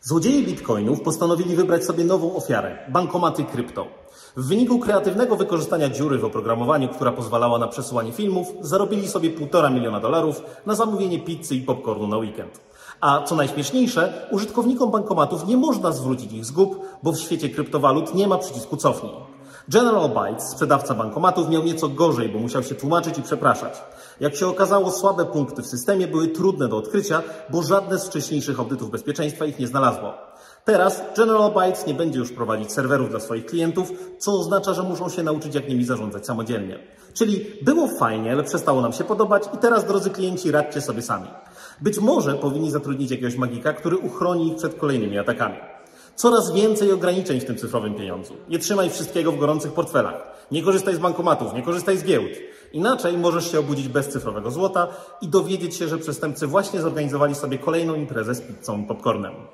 Złodzieje bitcoinów postanowili wybrać sobie nową ofiarę – bankomaty krypto. W wyniku kreatywnego wykorzystania dziury w oprogramowaniu, która pozwalała na przesyłanie filmów, zarobili sobie $1,5 miliona na zamówienie pizzy i popcornu na weekend. A co najśmieszniejsze, użytkownikom bankomatów nie można zwrócić ich zgub, bo w świecie kryptowalut nie ma przycisku cofnij. General Bytes, sprzedawca bankomatów, miał nieco gorzej, bo musiał się tłumaczyć i przepraszać. Jak się okazało, słabe punkty w systemie były trudne do odkrycia, bo żadne z wcześniejszych audytów bezpieczeństwa ich nie znalazło. Teraz General Bytes nie będzie już prowadzić serwerów dla swoich klientów, co oznacza, że muszą się nauczyć, jak nimi zarządzać samodzielnie. Czyli było fajnie, ale przestało nam się podobać i teraz, drodzy klienci, radźcie sobie sami. Być może powinni zatrudnić jakiegoś magika, który uchroni ich przed kolejnymi atakami. Coraz więcej ograniczeń w tym cyfrowym pieniądzu. Nie trzymaj wszystkiego w gorących portfelach. Nie korzystaj z bankomatów, nie korzystaj z giełd. Inaczej możesz się obudzić bez cyfrowego złota i dowiedzieć się, że przestępcy właśnie zorganizowali sobie kolejną imprezę z pizzą i popcornem.